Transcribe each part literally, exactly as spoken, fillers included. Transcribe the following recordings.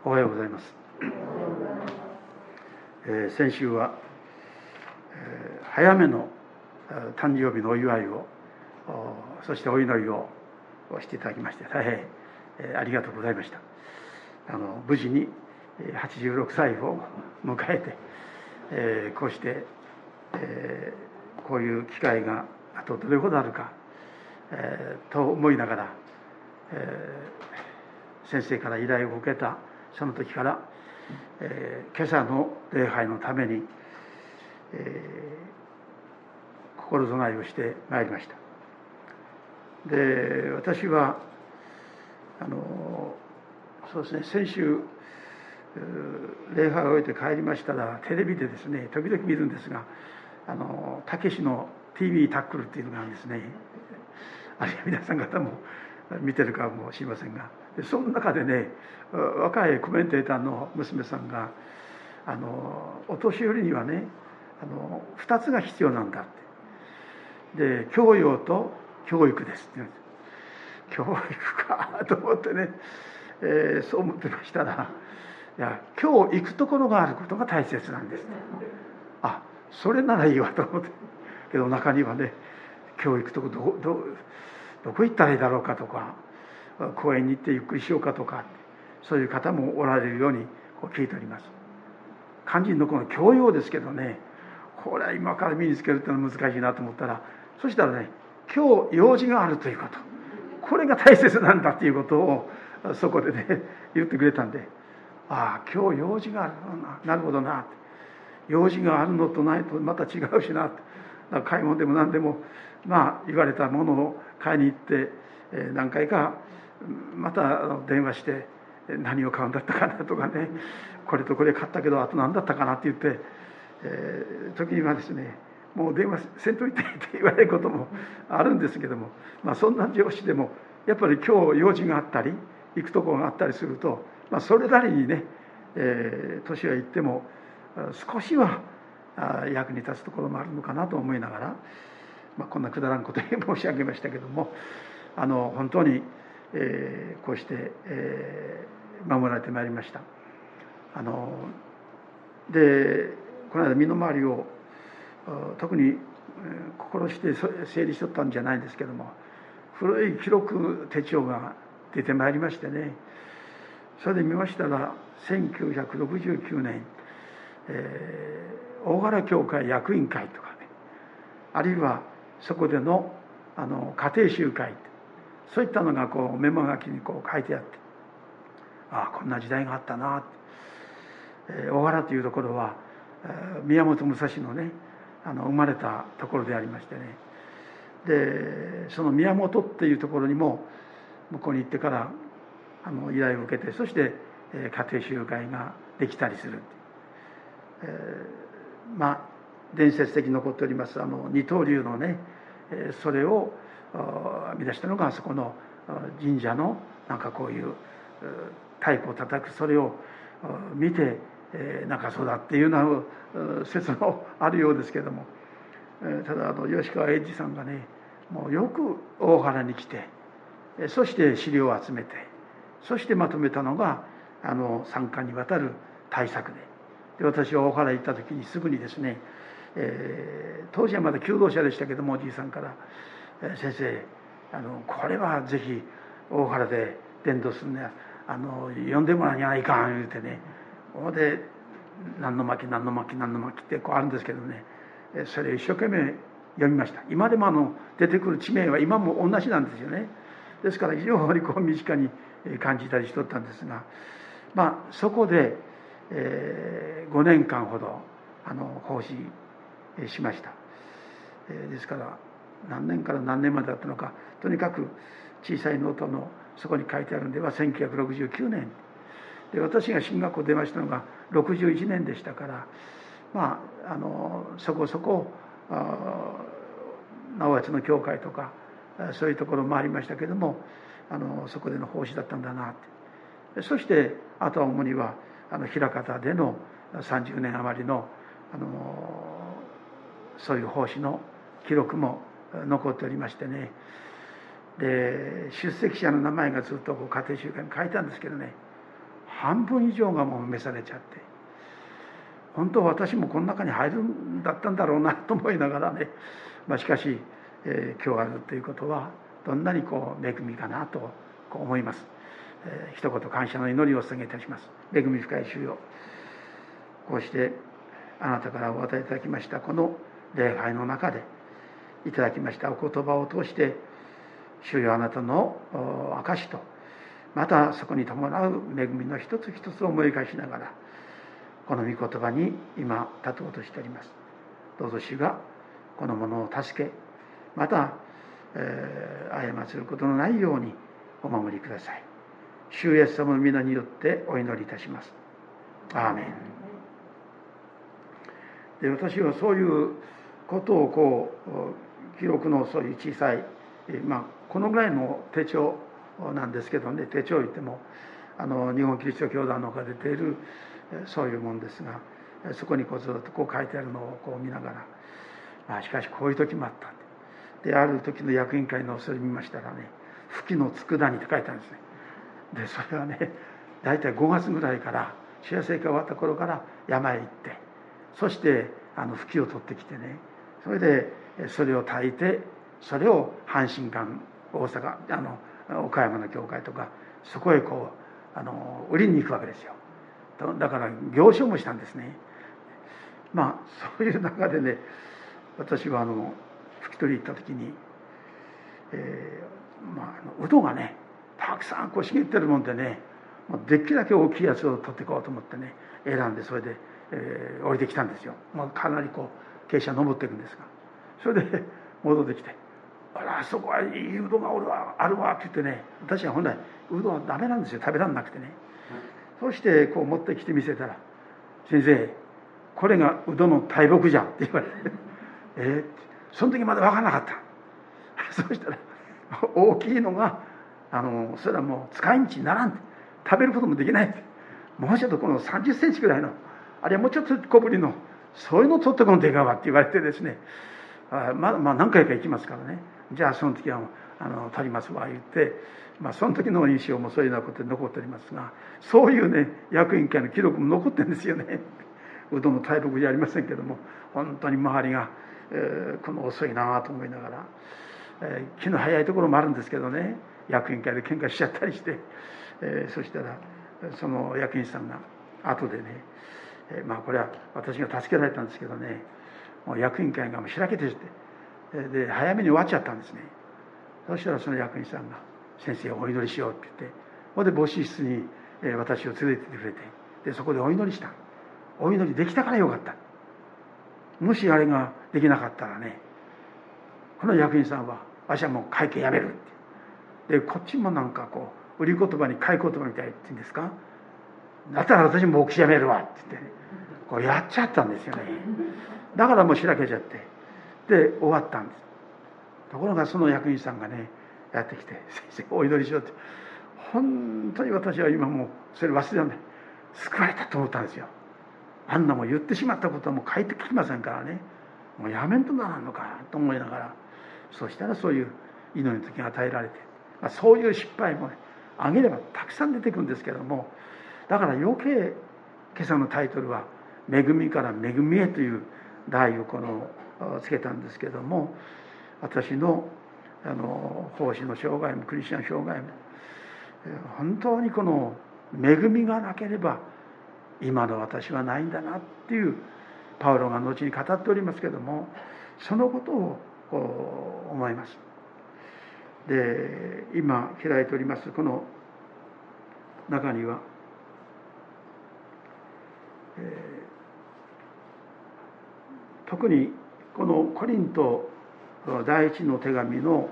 おはようございます。えー、先週は、えー、早めの誕生日のお祝いを、そしてお祈りをしていただきまして大変、えー、ありがとうございました。あの無事にはちじゅうろくさいを迎えて、えー、こうして、えー、こういう機会があとどれほどあるか、えー、と思いながら、えー、先生から依頼を受けたその時から、えー、今朝の礼拝のために、えー、心備えをしてまいりました。で、私はあのそうですね、先週礼拝を終えて帰りましたらテレビでですね時々見るんですが、あのたけしの ティーブイ タックルっていうのがあるんですね。あれ皆さん方も見てるかもしれませんが、でその中でね、若いコメンテーターの娘さんがあのお年寄りにはねあのふたつが必要なんだって、で教養と教育ですって言うんです。教育かと思ってね、えー、そう思ってましたら、いや今日行くところがあることが大切なんです、ね、あそれならいいわと思って、けど中にはね今日行くとこどどどこ行ったらいいだろうかとか、公園に行ってゆっくりしようかとか、そういう方もおられるようにこう聞いております。肝心のこの教養ですけどね、これは今から身につけるっていうのは難しいなと思ったら、そしたらね今日用事があるということ、これが大切なんだということをそこでね言ってくれたんで、ああ今日用事があるな、なるほどな、用事があるのとないとまた違うしな、だから買い物でも何でもまあ言われたものを買いに行って、何回かまた電話して何を買うんだったかなとかね、これとこれ買ったけどあと何だったかなって言って、えー、時にはですねもう電話せんといてって言われることもあるんですけども、まあ、そんな上司でもやっぱり今日用事があったり行くところがあったりすると、まあ、それなりにね、えー、年はいっても少しは役に立つところもあるのかなと思いながら、まあ、こんなくだらんことに申し上げましたけども、あの本当に、えー、こうして、えー、守られてまいりました。あのでこの間身の回りを特に心して整理しとったんじゃないんですけども、古い記録手帳が出てまいりましてね、それで見ましたらせんきゅうひゃくろくじゅうきゅうねん、えー、大原教会役員会とかね、あるいはそこでのあの家庭集会、そういったのがこうメモ書きにこう書いてあって、ああこんな時代があったなって、えー、大原というところは、えー、宮本武蔵のねあの生まれたところでありましてね、でその宮本っていうところにも向こうに行ってからあの依頼を受けて、そして、えー、家庭集会ができたりする、えー、まあ伝説的に残っておりますあの二刀流のね、えー、それを編み出したのがそこの神社のなんかこういう太鼓を叩く、それを見て、えー、なんかそうだっていうような説もあるようですけれども、えー、ただあの吉川英治さんがねもうよく大原に来て、そして資料を集めて、そしてまとめたのがあのさんかんにわたる大作で、で私は大原行った時にすぐにですね、えー、当時はまだ求道者でしたけどもおじいさんから「えー、先生あのこれはぜひ大原で伝道するね、あの読んでもらわにはいかん」言うてね、ほんで何の巻何の巻何の巻ってこうあるんですけどね、それを一生懸命読みました。今でもあの出てくる地名は今も同じなんですよね。ですから非常にこう身近に感じたりしとったんですが、まあそこで、えー、ごねんかんほどあの奉仕しました。えー、ですから何年から何年までだったのか、とにかく小さいノートのそこに書いてあるんではせんきゅうひゃくろくじゅうきゅうねんで、私が進学校出ましたのがろくじゅういちねんでしたから、まああのそこそこ直江津の教会とかそういうところもありましたけども、あのそこでの奉仕だったんだなって。そしてあとは主にはあの枚方でのさんじゅうねん余りのあのそういう奉仕の記録も残っておりましてね、で出席者の名前がずっとこう家庭集会に書いたんですけどね、 半分以上がもう召されちゃって、本当は私もこの中に入るんだったんだろうなと思いながらね、まあ、しかし、えー、今日あるということはどんなにこう恵みかなとこう思います。えー、一言感謝の祈りをお捧げいたします。恵み深い主よ、こうしてあなたからお与えいただきましたこの礼拝の中でいただきましたお言葉を通して、主よあなたの証と、またそこに伴う恵みの一つ一つを思い返しながら、この御言葉に今立とうとしております。どうぞ主がこのものを助け、また、えー、過ちることのないようにお守りください。主イエス様の皆によってお祈りいたします。アーメン。で、私はそういうことをこう記録のそういう小さい、まあ、このぐらいの手帳なんですけどね、手帳言ってもあの日本キリスト教団のが出ているそういうもんですが、そこにこうずっとこう書いてあるのをこう見ながら、まあ、しかしこういう時もあったで、ある時の役員会のそれ見ましたらね、吹きの佃煮って書いてあるんですね。でそれはね、大体ごがつぐらいから主夜聖会終わった頃から山へ行って、そしてあの吹きを取ってきてね、それでそれを炊いて、それを阪神館、大阪、あの岡山の教会とかそこへこうあの売りに行くわけですよ。だから行商もしたんですね。まあそういう中でね、私はあの吹き取り行った時に、えーまあ、あのうどがねたくさんこう茂ってるもんでね、できるだけ大きいやつを取っていこうと思ってね、選んでそれで、えー、降りてきたんですよ。まあ、かなりこう傾斜登っていくんですが、それで戻ってきて「あら、あそこはいいうどんがおるわあるわ」って言ってね、私は本来うどんはダメなんですよ、食べられなくてね。そしてこう持ってきて見せたら「先生、これがうどんの大木じゃん」って言われて「えー、その時まで分からなかった」そうしたら大きいのがあのそれはもう使い道にならん、食べることもできない、もうちょっとこのさんじゅっセンチぐらいの、あるいはもうちょっと小ぶりのそういうのを取ってこんといかんわって言われてですね、あまあ、まあ何回か行きますからね、じゃあその時はあの足りますわ言って、まあ、その時の印象もそういうようなことで残っておりますが、そういうね役員会の記録も残ってるんですよね。うどんの大木じゃありませんけども、本当に周りが、えー、この遅いなと思いながら、えー、気の早いところもあるんですけどね、役員会で喧嘩しちゃったりして、えー、そしたらその役員さんが後でね、えー、まあこれは私が助けられたんですけどね、もう役員会がもう開けてして、で早めに終わっちゃったんですね。そしたらその役員さんが「先生お祈りしよう」って言って、それで母子室に私を連れてってくれて、でそこでお祈りした。お祈りできたからよかった。もしあれができなかったらね、この役員さんは「私はもう会計やめる」って、でこっちもなんかこう売り言葉に買い言葉みたいって言うんですか、だったら私も牧師やめるわって言って、ね、こうやっちゃったんですよね。だからもうしらけちゃって、で終わったんです。ところがその役員さんがねやってきて「先生お祈りしよう」って、本当に私は今もうそれ忘れられない、救われたと思ったんですよ。あんなもん言ってしまったことはもう帰ってきませんからね、もうやめんとならんのかと思いながら、そしたらそういう祈りの時が与えられて、まあ、そういう失敗もねあげればたくさん出てくるんですけども、だから余計今朝のタイトルは「恵みから恵みへ」という題をこのつけたんですけども、私のあの奉仕の生涯もクリスチャン生涯も本当にこの恵みがなければ今の私はないんだなっていう、パウロが後に語っておりますけども、そのことを思います。で今開いておりますこの中には、えー、特にこのコリント第一の手紙の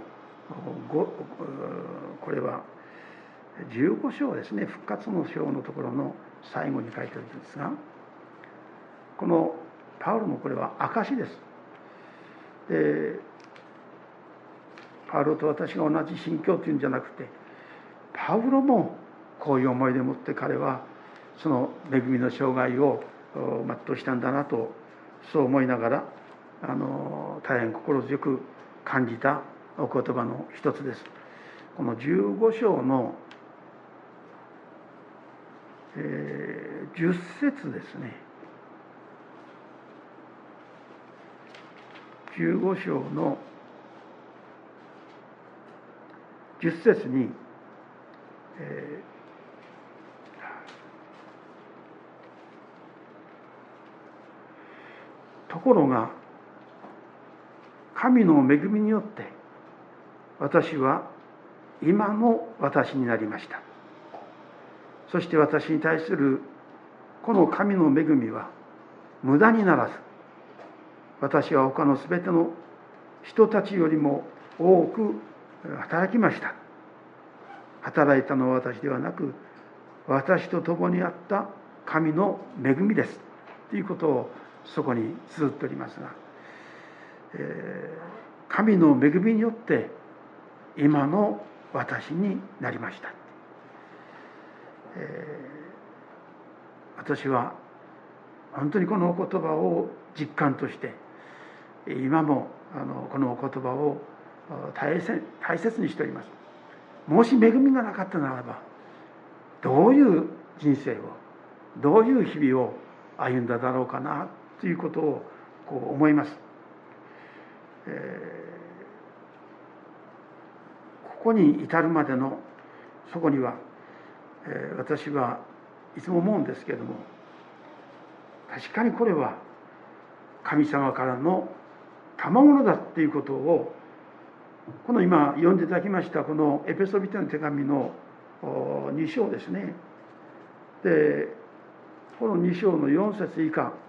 これはじゅうご章ですね、復活の章のところの最後に書いてあるんですが、このパウロのこれは証です。でパウロと私が同じ心境というんじゃなくて、パウロもこういう思いでもって彼はその恵みの生涯を全うしたんだなと、そう思いながらあの大変心強く感じたお言葉の一つです。このじゅうご章のえー、じゅっ節ですね。じゅうご章のじゅっ節に、えー、ところが神の恵みによって私は今の私になりました。そして私に対するこの神の恵みは無駄にならず、私は他のすべての人たちよりも多く働きました。働いたのは私ではなく、私と共にあった神の恵みですということをそこに綴っておりますが、えー、神の恵みによって今の私になりました。えー、私は本当にこのお言葉を実感として今もあのこのお言葉を大切、大切にしております。もし恵みがなかったならばどういう人生をどういう日々を歩んだだろうかなということをこう思います。えー、ここに至るまでのそこには、えー、私はいつも思うんですけれども、確かにこれは神様からの賜物だっていうことを、この今読んでいただきましたこのエペソビテの手紙のに章ですね。でこのに章のよん節以下、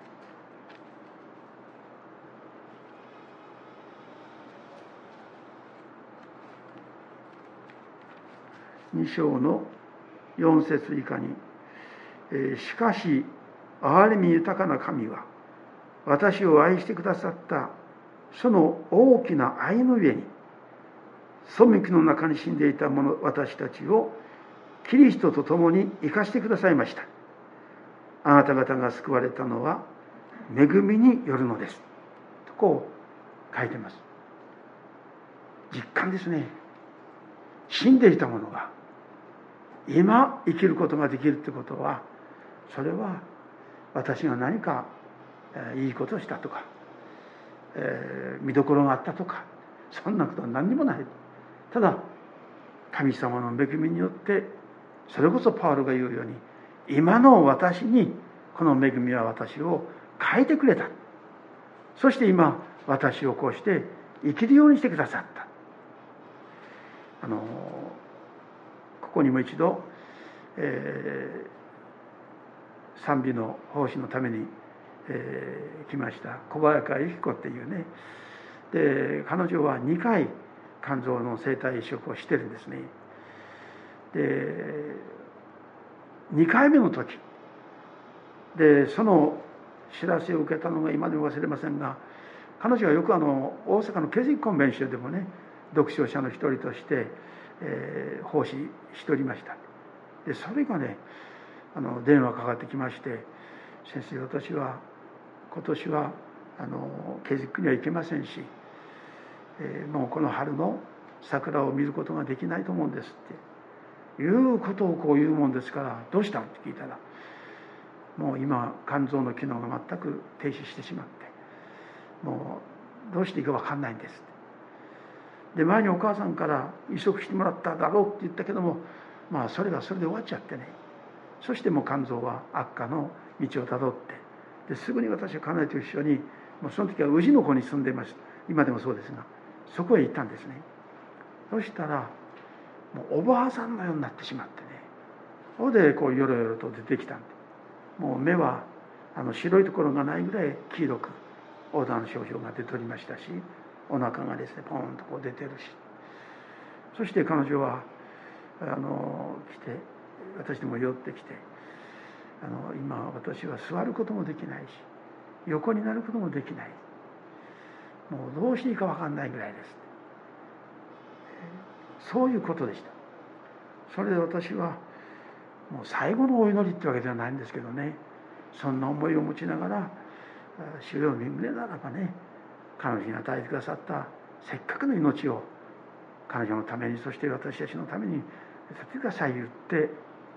に章のよん節以下に、えー、しかし憐れみ豊かな神は私を愛してくださったその大きな愛のゆえに、背きの中に死んでいた者私たちをキリストと共に生かしてくださいました。あなた方が救われたのは恵みによるのですとこう書いてます。実感ですね。死んでいた者が今生きることができるということは、それは私が何かいいことをしたとか、えー、見どころがあったとか、そんなことは何にもない。ただ神様の恵みによって、それこそパウロが言うように、今の私にこの恵みは私を変えてくれた。そして今私をこうして生きるようにしてくださった。あのここにも一度、えー、賛美の奉仕のために、えー、来ました小早川由紀子っていうね、で彼女はにかい肝臓の生体移植をしてるんですね。でにかいめの時で、その知らせを受けたのが今でも忘れませんが、彼女はよくあの大阪のケジックコンベンションでもね、読書者の一人として、えー、奉仕しておりました。でそれがね、あの電話かかってきまして、先生、私は今年はあのケジックには行けませんし、えー、もうこの春の桜を見ることができないと思うんですっていうことをこう言うもんですから、どうしたって聞いたら、もう今肝臓の機能が全く停止してしまって、もうどうしていいか分かんないんですって。で前にお母さんから移植してもらっただろうって言ったけども、まあそれがそれで終わっちゃってね、そしてもう肝臓は悪化の道をたどって、ですぐに私は家内と一緒に、もうその時は宇治の方に住んでいました。今でもそうですが、そこへ行ったんですね。そしたらもうおばあさんのようになってしまってね、それでこうよろよろと出てきたんで、もう目はあの白いところがないぐらい黄色く黄疸の症状が出ておりましたし、お腹がですねポンとこう出てるし、そして彼女はあの来て、私にも寄ってきて、あの今私は座ることもできないし横になることもできない、もうどうしていいか分かんないぐらいです。そういうことでした。それで私はもう最後のお祈りってわけではないんですけどね、そんな思いを持ちながら、主よ、見胸ならばね、彼女に与えてくださったせっかくの命を彼女のために、そして私たちのためにさせてください言って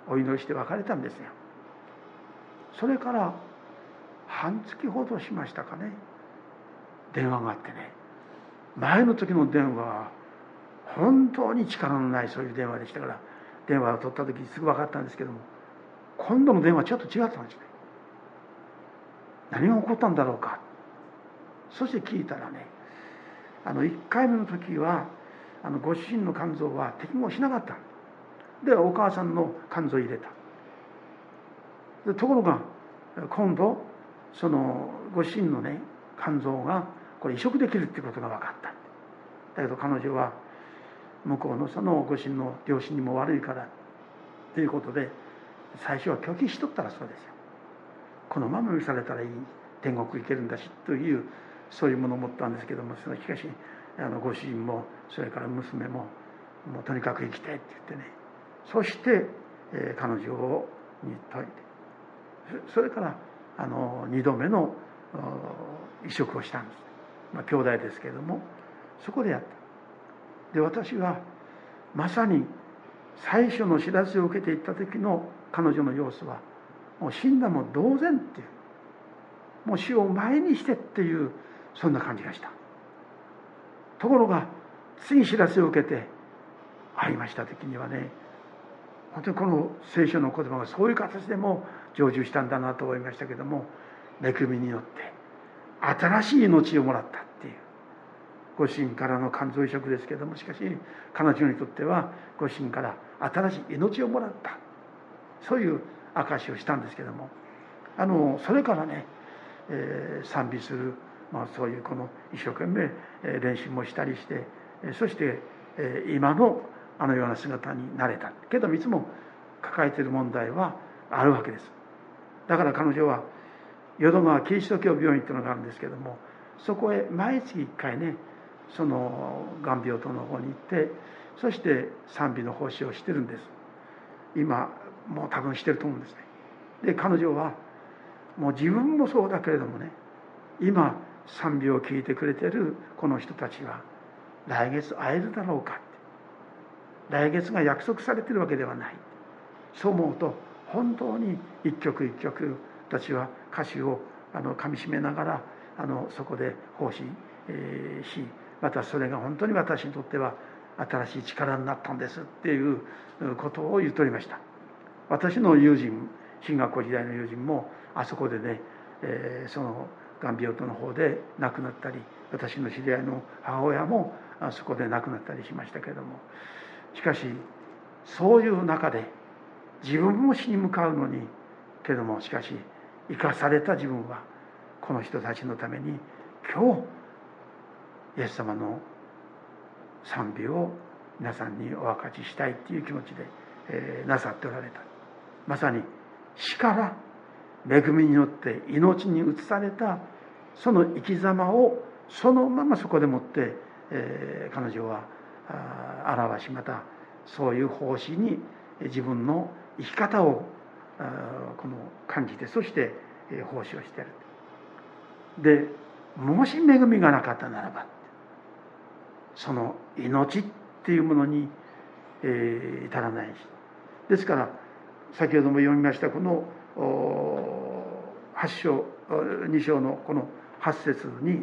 お祈りして別れたんですよ。それから半月ほどしましたかね、電話があってね、前の時の電話は本当に力のないそういう電話でしたから、電話を取った時すぐ分かったんですけども、今度の電話はちょっと違ったんですね。何が起こったんだろうか。そして聞いたらね、あのいっかいめの時はあのご主人の肝臓は適合しなかった。でお母さんの肝臓を入れた。でところが今度そのご主人のね肝臓がこれ移植できるっていうことが分かった。だけど彼女は向こうのそのご主人の両親にも悪いからということで最初は拒否しとったらそうですよ。このまま許されたらいい、天国行けるんだしというそういうものを持ったんですけども、そのしかしあのご主人もそれから娘ももうとにかく生きたいって言ってね、そして、えー、彼女をに説いて、それからあのにどめの移植をしたんです。まあ兄弟ですけれども、そこでやった。で私はまさに最初の知らせを受けていった時の彼女の様子はもう死んだも同然っていう、もう死を前にしてっていうそんな感じがした。ところが次知らせを受けて会いました時にはね、本当にこの聖書の言葉がそういう形でも成就したんだなと思いましたけども、恵みによって新しい命をもらったっていう、ご主人からの肝臓移植ですけども、しかし彼女にとってはご主人から新しい命をもらった、そういう証をしたんですけども、あのそれからね、えー、賛美する、まあ、そういうこの一生懸命練習もしたりして、そして今のあのような姿になれたけど、いつも抱えている問題はあるわけです。だから彼女は淀川キリスト教病院というのがあるんですけども、そこへ毎月いっかいね、そのがん病棟の方に行って、そして賛美の奉仕をしてるんです。今もう多分してると思うんですね。で彼女はもう自分もそうだけれどもね、今賛美を聞いてくれてるこの人たちは来月会えるだろうかって、来月が約束されてるわけではない、そう思うと本当に一曲一曲私は歌詞をあの噛みしめながらあのそこで奉仕、えー、し、またそれが本当に私にとっては新しい力になったんですっていうことを言っておりました。私の友人、進学校時代の友人もあそこでね、えー、そのがん病棟の方で亡くなったり、私の知り合いの母親もあそこで亡くなったりしましたけれども、しかしそういう中で自分も死に向かうのにけども、しかし生かされた自分はこの人たちのために今日イエス様の賛美を皆さんにお分かちしたいという気持ちで、えー、なさっておられた。まさに死から恵みによって命に移されたその生き様をそのままそこでもって、えー、彼女は表し、またそういう奉仕に自分の生き方をこの感じて、そして奉仕をしている。でもし恵みがなかったならば、その命っていうものに、えー、至らないし、ですから先ほども読みましたこのはち章に章のこのはち節に、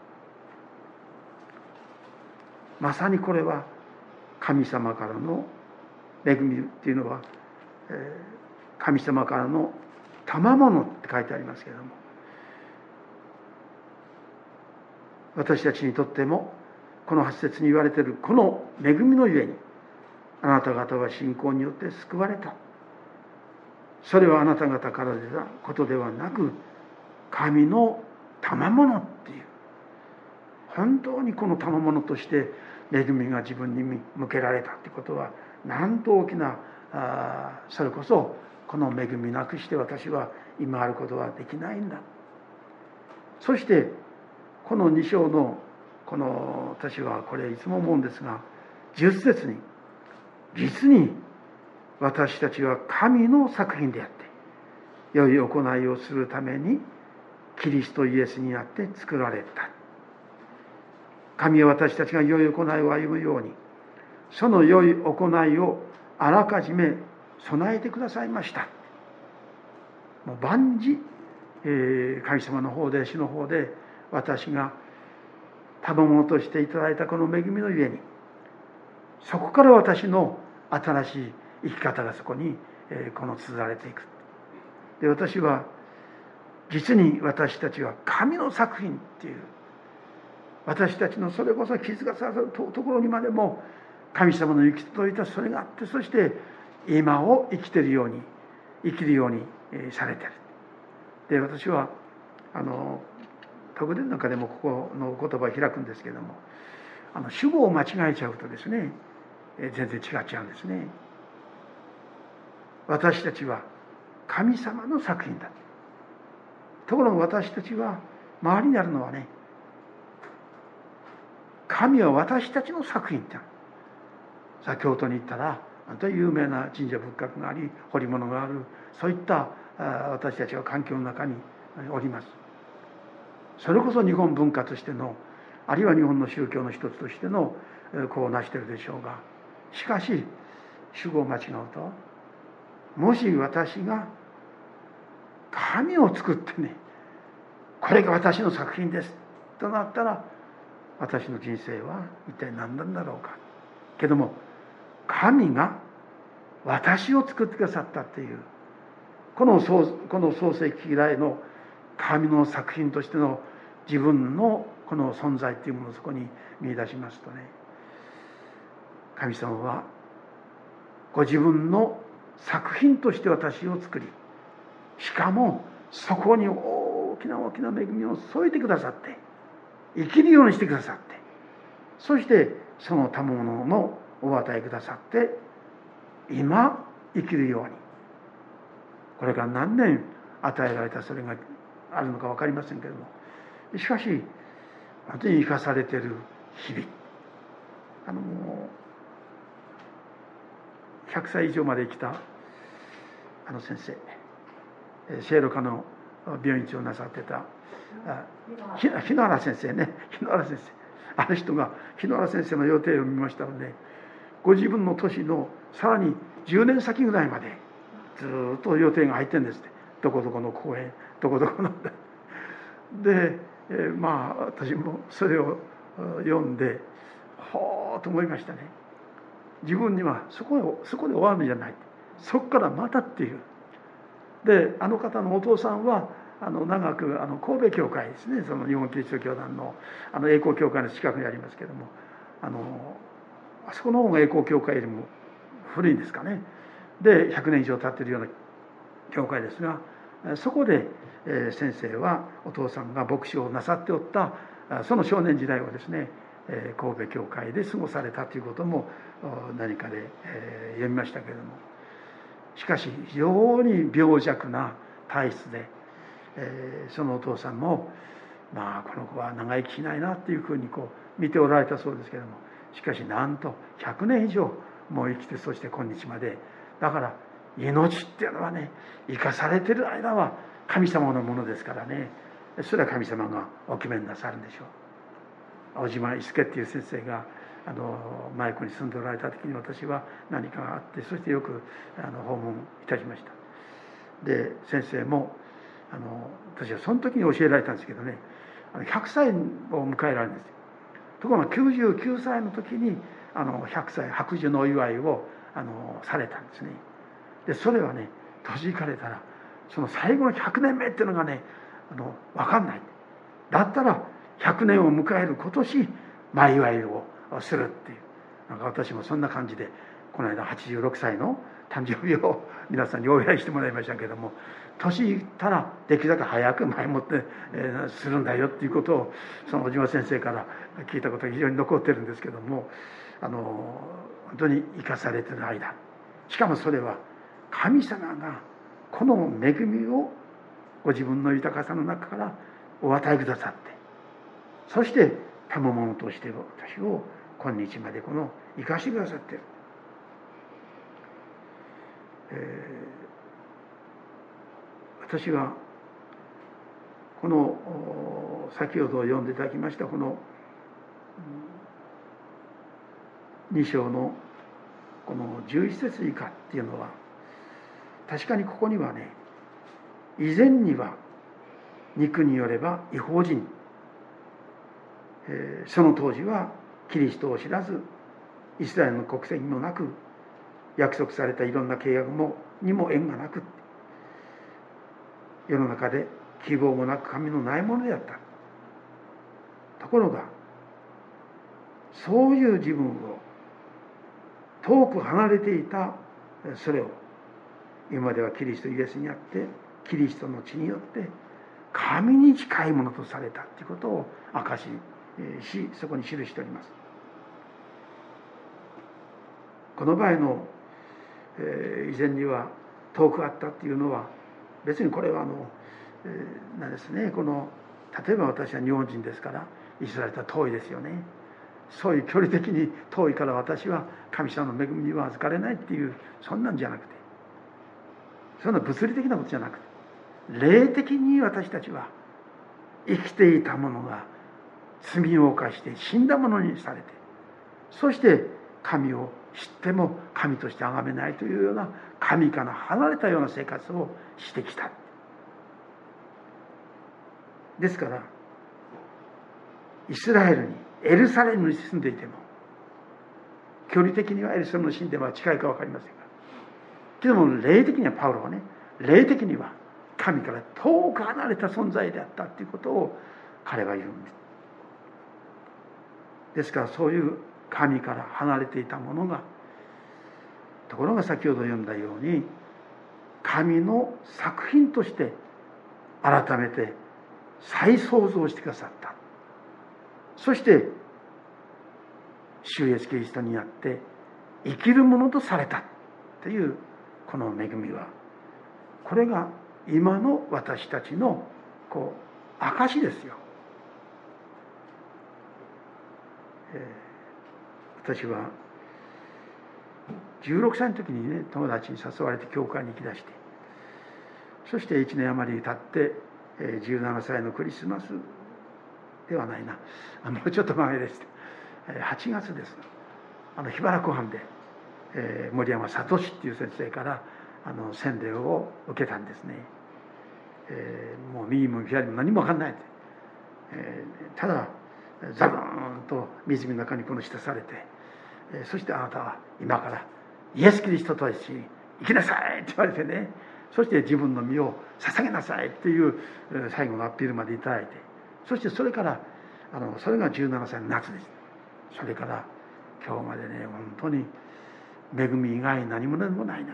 まさにこれは神様からの恵みっていうのは、えー、神様からの賜物って書いてありますけれども、私たちにとってもこのはち節に言われているこの恵みのゆえに、あなた方は信仰によって救われた。それはあなた方から出たことではなく神の賜物っていう、本当にこの賜物として恵みが自分に向けられたってことは、なんと大きな、あそれこそこの恵みなくして私は今あることはできないんだ。そしてこのに章のこの、私はこれいつも思うんですが、じゅっ節に実に私たちは神の作品であって良い行いをするためにキリストイエスにあって作られた。神は私たちが良い行いを歩むように、その良い行いをあらかじめ備えてくださいました。もう万事、えー、神様の方で主の方で私が賜物としていただいたこの恵みのゆえに、そこから私の新しい生き方がそこに、えー、この綴られていく。で、私は実に私たちは神の作品っていう、私たちのそれこそ傷が刺さるところにまでも神様の行き届いたそれがあって、そして今を生きているように生きるようにされている。で、私はあの特典の中でもここの言葉を開くんですけども、あの主語を間違えちゃうとですね、全然違っちゃうんですね。私たちは神様の作品だ。ところが私たちは周りにあるのはね、神は私たちの作品って。さあ京都に行ったら本当に有名な神社仏閣があり、彫り物がある、そういった私たちは環境の中におります。それこそ日本文化としての、あるいは日本の宗教の一つとしてのこうなしているでしょうが、しかし主語を間違うと、もし私が神を作ってね、これが私の作品ですとなったら、私の人生は一体何なんだろうか。けども神が私を作ってくださったっていう、この創この創世記以来の神の作品としての自分のこの存在っていうものをそこに見出しますとね、神様はご自分の作品として私を作り、しかもそこに大きな大きな恵みを添えてくださって、生きるようにしてくださって、そしてその賜物もお与えくださって、今生きるように、これから何年与えられたそれがあるのか分かりませんけれども、しかし本当に生かされている日々、あのひゃくさい以上まで生きたあの先生、聖路加の病院長をなさってた日野原先生ね、日野原先生、あの人が日野原先生の予定を見ましたので、ご自分の年のさらにじゅうねん先ぐらいまでずっと予定が入ってるんですって。どこどこの公園、どこどこので、えー、まあ私もそれを読んでほーと思いましたね。自分にはそこへそこで終わるんじゃない、そこからまたっていう。で、あの方のお父さんはあの長くあの神戸教会ですね、その日本キリスト教団のあの栄光教会の近くにありますけども、あのあそこの方が栄光教会よりも古いんですかね。でひゃくねん以上経っているような教会ですが、そこで先生はお父さんが牧師をなさっておったその少年時代をですね、神戸教会で過ごされたということも何かで読みましたけれども、しかし非常に病弱な体質で、そのお父さんもまあこの子は長生きしないなっていうふうにこう見ておられたそうですけれども、しかしなんとひゃくねん以上もう生きて、そして今日まで、だから命っていうのはね、生かされてる間は神様のものですからね、それは神様がお決めになさるんでしょう。青島伊助っていう先生があの舞子に住んでおられた時に、私は何かがあって、そしてよくあの訪問いたしました。で先生もあの私はその時に教えられたんですけどね、ひゃくさいを迎えられるんですよ。ところがきゅうじゅうきゅうさいの時にあのひゃくさい白寿のお祝いをあのされたんですね。でそれはね、年いかれたらその最後のひゃくねんめっていうのがね、あの分かんない。だったらひゃくねんを迎える今年前祝いをするっていう、なんか私もそんな感じでこの間はちじゅうろくさいの誕生日を皆さんにお祝いしてもらいましたけども、年いったらできるだけ早く前もって、えー、するんだよっていうことをその小島先生から聞いたことが非常に残ってるんですけども、あの本当に生かされてる間、しかもそれは神様がこの恵みをご自分の豊かさの中からお与えくださって、そして賜物として私を今日までこの生かしてくださっている。えー、私はこの先ほど読んでいただきましたこのに章のこのじゅういち節以下っていうのは、 確かにここにはね、以前には肉によれば異邦人、えー、その当時はキリストを知らずイスラエルの国籍もなく、約束されたいろんな契約もにも縁がなく、世の中で希望もなく神のないものであった。ところがそういう自分を遠く離れていたそれを今ではキリストイエスにあってキリストの血によって神に近いものとされたということを証しし、そこに記しております。この場合の、えー、以前には遠くあったっていうのは、別にこれはあの、えー、なんですね、この例えば私は日本人ですからイスラエルとは遠いですよね。そういう距離的に遠いから私は神様の恵みには預かれないっていう、そんなんじゃなくて、そんな物理的なことじゃなくて、霊的に私たちは生きていたものが罪を犯して死んだものにされて、そして神を知っても神として崇めないというような、神から離れたような生活をしてきた。ですからイスラエルにエルサレムに住んでいても、距離的にはエルサレムの神殿は近いか分かりませんが、けども霊的にはパウロはね、霊的には神から遠く離れた存在であったということを彼は言うんです。ですからそういう神から離れていたものが、ところが先ほど読んだように神の作品として改めて再創造してくださった。そして主イエスキリストにあって生きるものとされたというこの恵みは、これが今の私たちのこう証ですよ。えー、私はじゅうろくさいの時にね、友達に誘われて教会に行き出して、そしていちねん余り経って、えー、じゅうななさいのクリスマスではないな、もうちょっと前です、はちがつです。あの桧原湖畔で、えー、森山聡っていう先生からあの洗礼を受けたんですね。えー、もう右も左も何も分かんない、えー、ただザブーンと湖の中にこの浸されて、えー、そしてあなたは今からイエス・キリストと一緒に生きなさいって言われてね、そして自分の身を捧げなさいっていう最後のアピールまでいただいて、そしてそれからあのそれがじゅうななさいの夏です。それから今日までね、本当に恵み以外何者でもないなって。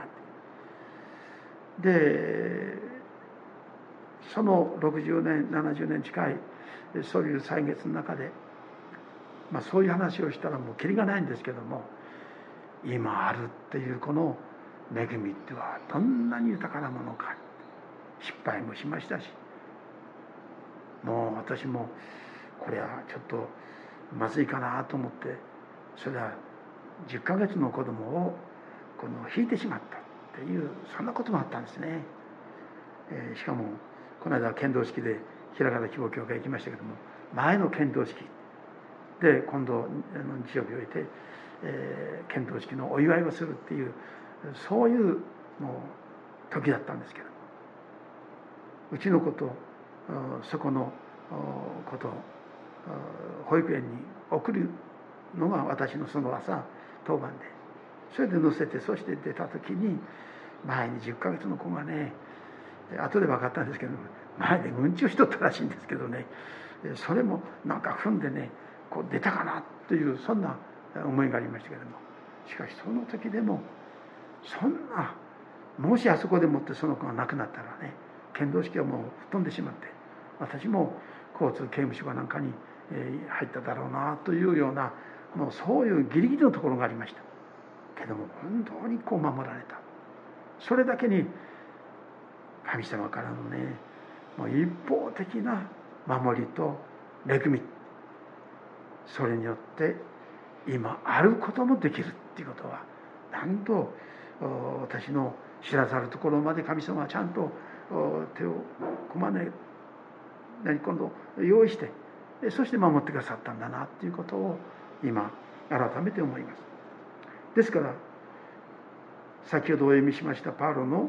でそのろくじゅうねんななじゅうねん近いそういう歳月の中で、まあ、そういう話をしたらもうキリがないんですけども、今あるっていうこの恵みってはどんなに豊かなものか。失敗もしましたし、もう私もこれはちょっとまずいかなと思って、それはじゅっかげつの子供をこの引いてしまったっていう、そんなこともあったんですね。えー、しかもこの間剣道式で平方希望教会行きましたけども、前の剣道式で今度日曜日を置いて、えー、剣道式のお祝いをするっていう、そういうもう時だったんですけど、うちの子とそこの子と保育園に送るのが私のその朝当番で、それで乗せて、そして出た時に前にじゅっかげつの子がね、後で分かったんですけど、前でうんちをしとったらしいんですけどね、それもなんか踏んでね、こう出たかなという、そんな思いがありましたけども、しかしその時でもそんな、もしあそこでもってその子が亡くなったらね、剣道式はもう吹っ飛んでしまって、私も交通刑務所かなんかに入っただろうなというような、もうそういうギリギリのところがありました。けども本当にこう守られた。それだけに神様からのね、もう一方的な守りと恵み、それによって今あることもできるっていうことは、なんと私の知らざるところまで神様はちゃんと手をこまね何今度用意して、そして守ってくださったんだなっていうことを今改めて思います。ですから先ほどお読みしましたパウロの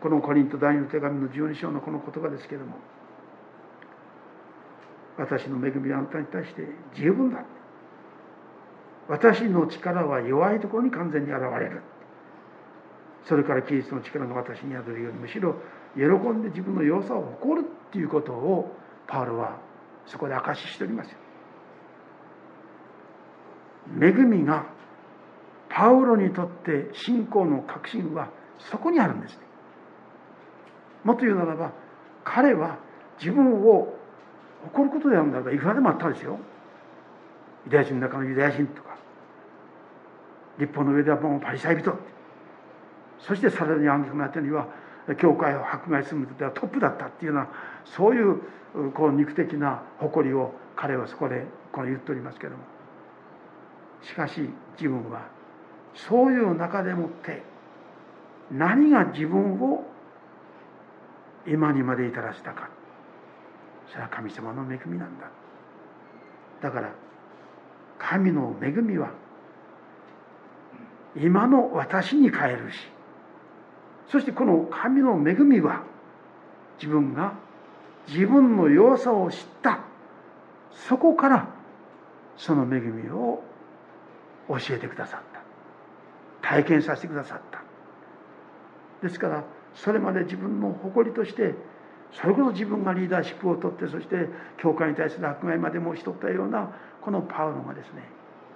このコリント第二の手紙のじゅうに章のこの言葉ですけれども、私の恵みはあなたに対して十分だ。私の力は弱いところに完全に現れる。それからキリストの力が私に宿るように、むしろ喜んで自分の弱さを誇るっていうことをパウロはそこで証ししておりますよ。恵みがパウロにとって信仰の核心はそこにあるんですね。もっと言うならば、彼は自分を誇ることであるならばいくらでもあったんですよ。ユダヤ人の中のユダヤ人とか、立法の上ではもうパリサイ人、そしてさらにあの方には教会を迫害するのではトップだったっていうような、そういうこう肉的な誇りを彼はそこでこう言っておりますけれども、しかし自分はそういう中でもって何が自分を今にまで至らせたか、それは神様の恵みなんだ。だから神の恵みは今の私に変えるし、そしてこの神の恵みは自分が自分の弱さを知ったそこからその恵みを教えてくださった、体験させてくださった。ですからそれまで自分の誇りとして、それこそ自分がリーダーシップを取って、そして教会に対する迫害までもしとったようなこのパウロがですね、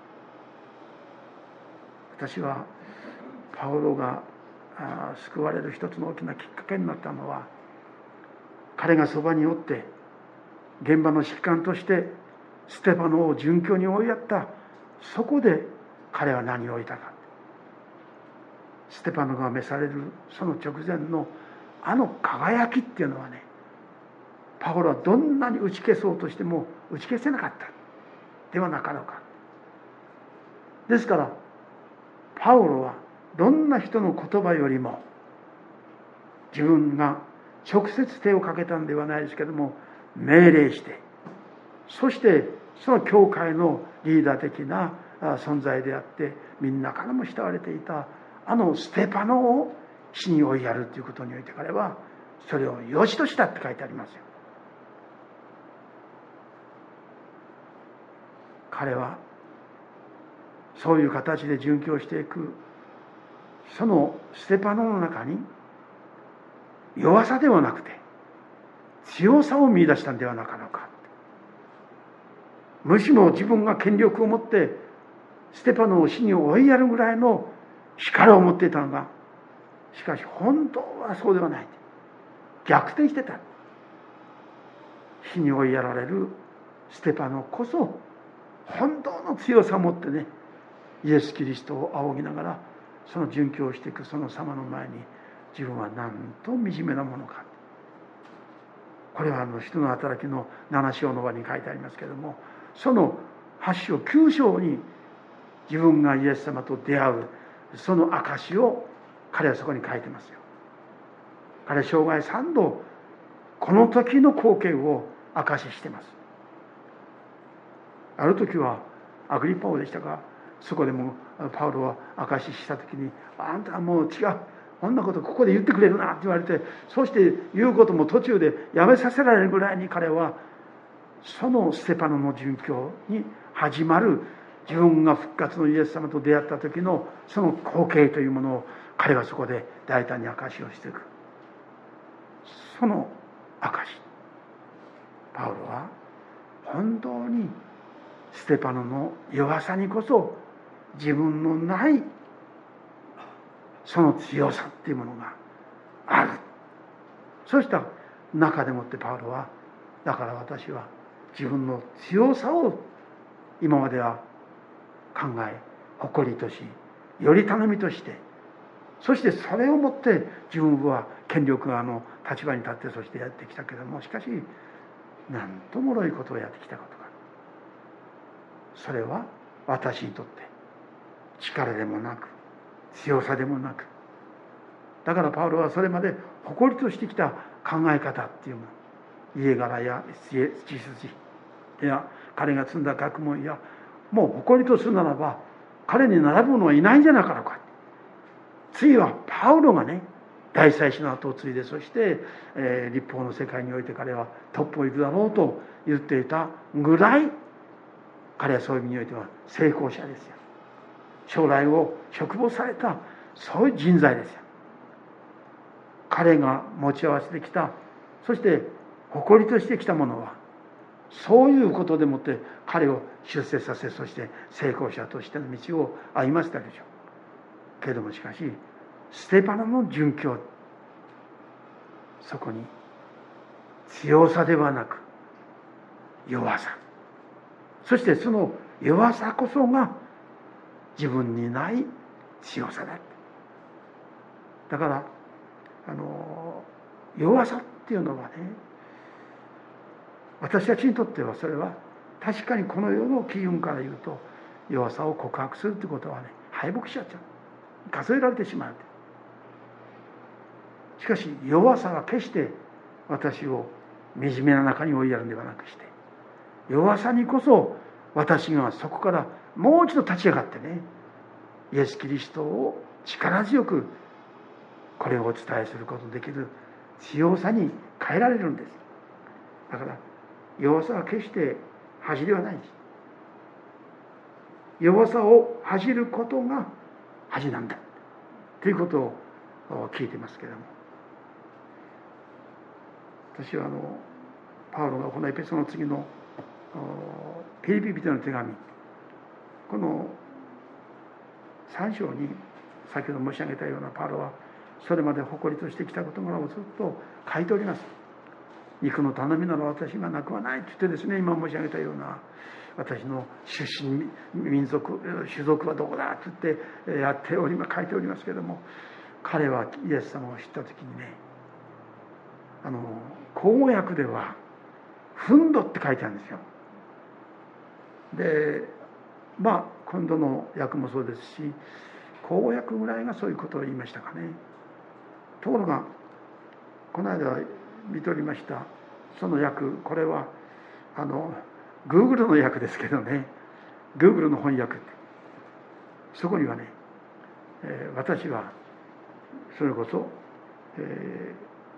私はパウロが救われる一つの大きなきっかけになったのは、彼がそばにおって現場の指揮官としてステパノを殉教に追いやった、そこで彼は何を得たか。ステパノが召されるその直前のあの輝きっていうのはね、パウロはどんなに打ち消そうとしても打ち消せなかったではなかろうか。ですからパウロはどんな人の言葉よりも、自分が直接手をかけたんではないですけども、命令して、そしてその教会のリーダー的な存在であって、みんなからも慕われていたあのステパノを死に追いやるということにおいて、彼はそれを良しとしたって書いてありますよ。彼はそういう形で殉教していくそのステパノの中に弱さではなくて強さを見出したんではなかろうか。むしろ自分が権力を持ってステパノを死に追いやるぐらいの力を持っていたのが、しかし本当はそうではない。逆転してた。死に追いやられるステパノこそ本当の強さを持ってね、イエス・キリストを仰ぎながらその殉教をしていくその様の前に、自分はなんと惨めなものか。これはあの使徒の働きのなな章の場に書いてありますけれども、そのはち章きゅう章に自分がイエス様と出会うその証を彼はそこに書いてますよ。彼は生涯三度この時の光景を証ししてます。ある時はアグリッパ王でしたが、そこでもパウロは証しした時に、あんたはもう違う、こんなことここで言ってくれるなって言われて、そして言うことも途中でやめさせられるぐらいに、彼はそのステパノの殉教に始まる自分が復活のイエス様と出会った時のその光景というものを彼はそこで大胆に証しをしていく。その証し、パウロは本当にステパノの弱さにこそ自分のないその強さっていうものがある。そうした中でもってパウロは、だから私は自分の強さを今までは考え誇りとし、より頼みとして、そしてそれをもって自分は権力側の立場に立ってそしてやってきたけれども、しかしなんともろいことをやってきたことか。それは私にとって力でもなく強さでもなく、だからパウロはそれまで誇りとしてきた考え方っていうもの、家柄や血筋や彼が積んだ学問や、もう誇りとするならば彼に並ぶ者はいないんじゃなかろうか。次はパウロがね、 大祭司の後を継いで、そして、えー、律法の世界において彼はトップを行くだろうと言っていたぐらい、彼はそういう意味においては成功者ですよ。将来を嘱望された、そういう人材ですよ。彼が持ち合わせてきた、そして誇りとしてきたものは、そういうことでもって彼を出世させ、そして成功者としての道を歩ませたでしょう。けれどもしかし、ステパノの殉教、そこに強さではなく弱さ、そしてその弱さこそが自分にない強さだ。だからあの弱さっていうのはね、私たちにとってはそれは確かにこの世の基準から言うと、弱さを告白するってことはね、敗北しちゃっちゃう、数えられてしまう。しかし弱さは決して私を惨めな中に追いやるんではなくして、弱さにこそ私がそこからもう一度立ち上がってね、イエス・キリストを力強くこれをお伝えすることのできる強さに変えられるんです。だから弱さは決して恥ではないです。弱さを恥じることが恥なんだということを聞いてますけれども、私はあのパウロがこのエペソの次のピリピ人の手紙、このさん章に先ほど申し上げたような、パウロはそれまで誇りとしてきた事柄をずっと書いております。肉の頼みなら私がなくはないと言ってですね、今申し上げたような、私の出身民族種族はどこだと言ってやっております書いておりますけれども、彼はイエス様を知った時にね、あの口語訳ではふんどって書いてあるんですよ。でまあ今度の訳もそうですし、口語訳ぐらいがそういうことを言いましたかね。ところがこの間見ておりましたその訳、これはあの Google の訳ですけどね、 Google の翻訳って、そこにはね、えー、私はそれこそ、え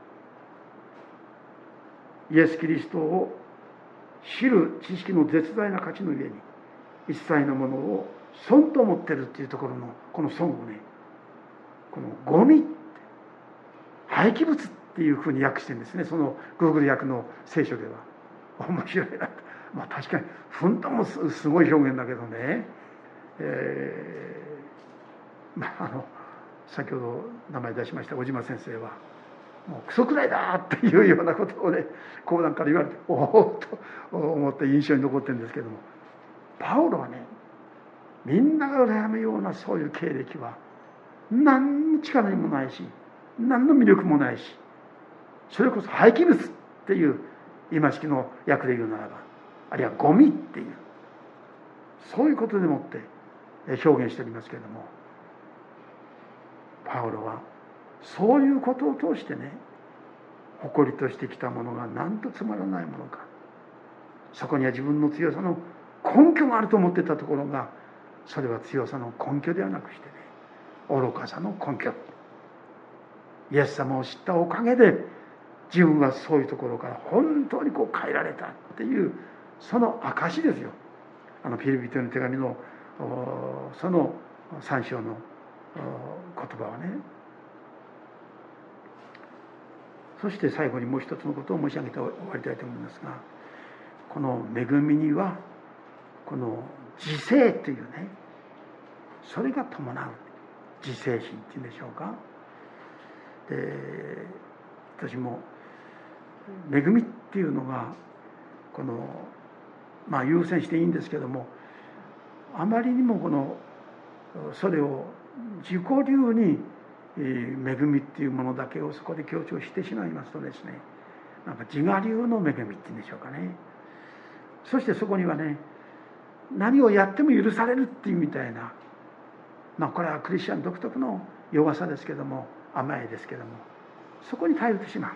ー、イエス・キリストを知る知識の絶大な価値の上に一切のものを損と思ってるっていうところのこの損をね、このゴミって廃棄物っていうふうに訳してるんですね、その Google 訳の聖書では。面白いな。まあ確かにふんともすごい表現だけどね、えー、まああの先ほど名前出しました小島先生はもうクソくらいだっていうようなことをね、講談から言われておおと思って印象に残ってるんですけども、パウロはね、みんなが羨むようなそういう経歴は何の力にもないし、何の魅力もないし、それこそ廃棄物っていう今式の訳で言うならば、あるいはゴミっていう、そういうことでもって表現しておりますけれども、パウロはそういうことを通してね、誇りとしてきたものがなんとつまらないものか、そこには自分の強さの根拠があると思ってたところが、それは強さの根拠ではなくしてね、愚かさの根拠。イエス様を知ったおかげで自分はそういうところから本当にこう変えられたっていう、その証ですよ。あのピリピ人の手紙のそのさん章の言葉はね。そして最後にもう一つのことを申し上げて終わりたいと思いますが、この恵みにはこの自制というね、それが伴う自制心っていうんでしょうか。で私も恵みっていうのがこのまあ優先していいんですけども、あまりにもこのそれを自己流に恵みっていうものだけをそこで強調してしまいますとですね、なんか自我流の恵みっていうんでしょうかね。そしてそこにはね、何をやっても許されるっていうみたいな、まあこれはクリスチャン独特の弱さですけども、甘えですけども、そこに頼ってしまう、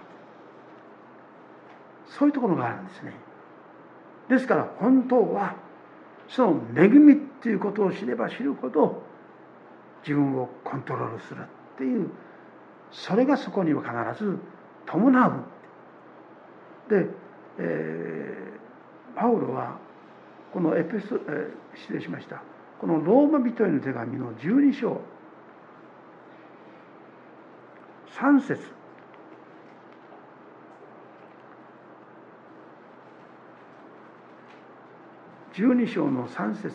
そういうところがあるんですね。ですから本当はその恵みっていうことを知れば知るほど自分をコントロールするっていう、 それがそこには必ず伴う。で、えー、パウロはこのエペソ、えー、失礼しましたこのローマ人への手紙のじゅうに章さん節、じゅうに章のさん節、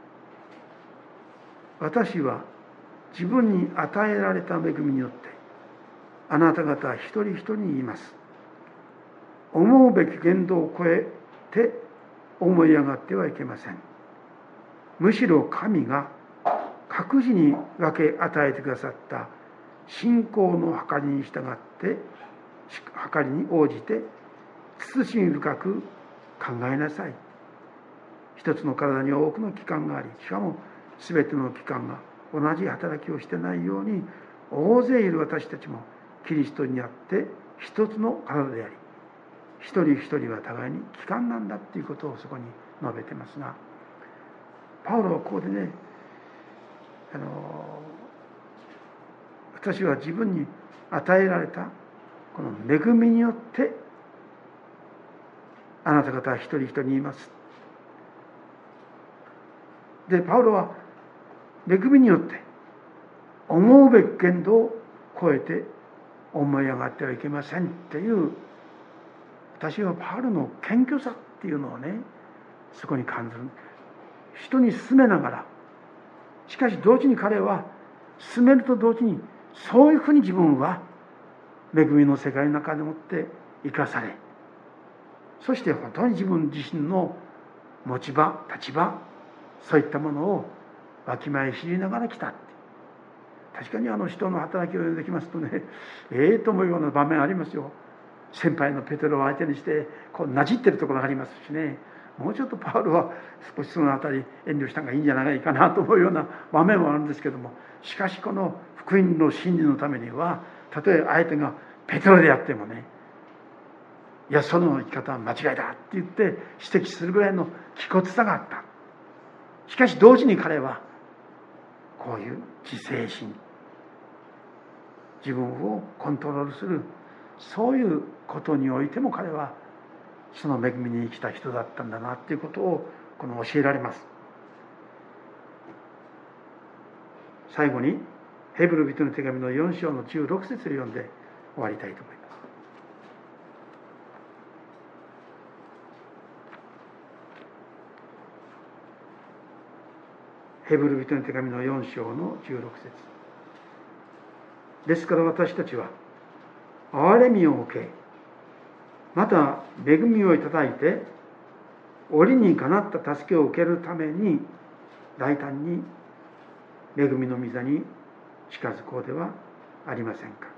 私は自分に与えられた恵みによってあなた方一人一人に言います。思うべき限度を超えて思い上がってはいけません。むしろ神が各自に分け与えてくださった信仰の計りに従って計りに応じて慎み深く考えなさい。一つの体に多くの器官があり、しかも全ての器官が同じ働きをしてないように、大勢いる私たちもキリストにあって一つの体であり、一人一人は互いに器官なんだっていうことをそこに述べてますが、パウロはここでね、あの私は自分に与えられたこの恵みによってあなた方は一人一人にいます。で、パウロは恵みによって思うべき限度を超えて思い上がってはいけませんっていう、私はパウロの謙虚さっていうのをね、そこに感じる。人に勧めながら、しかし同時に彼は勧めると同時にそういうふうに自分は恵みの世界の中でもって生かされ、そして本当に自分自身の持ち場、立場、そういったものをわきまえ知りながら来たって。確かにあの人の働きを読んできますとね、ええと思うような場面ありますよ。先輩のペテロを相手にしてこうなじってるところがありますしね、もうちょっとパウロは少しそのあたり遠慮した方がいいんじゃないかなと思うような場面もあるんですけども、しかしこの福音の真理のためには、たとえ相手がペテロであってもね、いやその生き方は間違いだって言って指摘するぐらいの気骨さがあった。しかし同時に彼はこういう自制心、自分をコントロールする、そういうことにおいても彼はその恵みに生きた人だったんだなっていうことをこの教えられます。最後にヘブル人の手紙のよん章のじゅうろく節を読んで終わりたいと思います。ヘブル人の手紙のよん章のじゅうろく節。ですから私たちは憐れみを受け、また恵みをいただいて折にかなった助けを受けるために大胆に恵みの御座に近づこうではありませんか。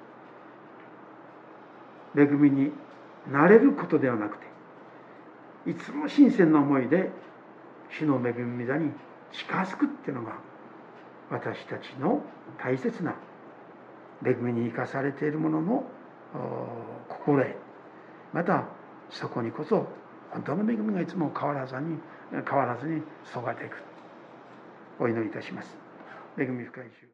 恵みになれることではなくて、いつも新鮮な思いで主の恵みの御座に近づくっていうのが私たちの大切な恵みに生かされているものの心得、またそこにこそ本当の恵みがいつも変わらずに変わらずに注がれていく。お祈りいたします。恵み深い主。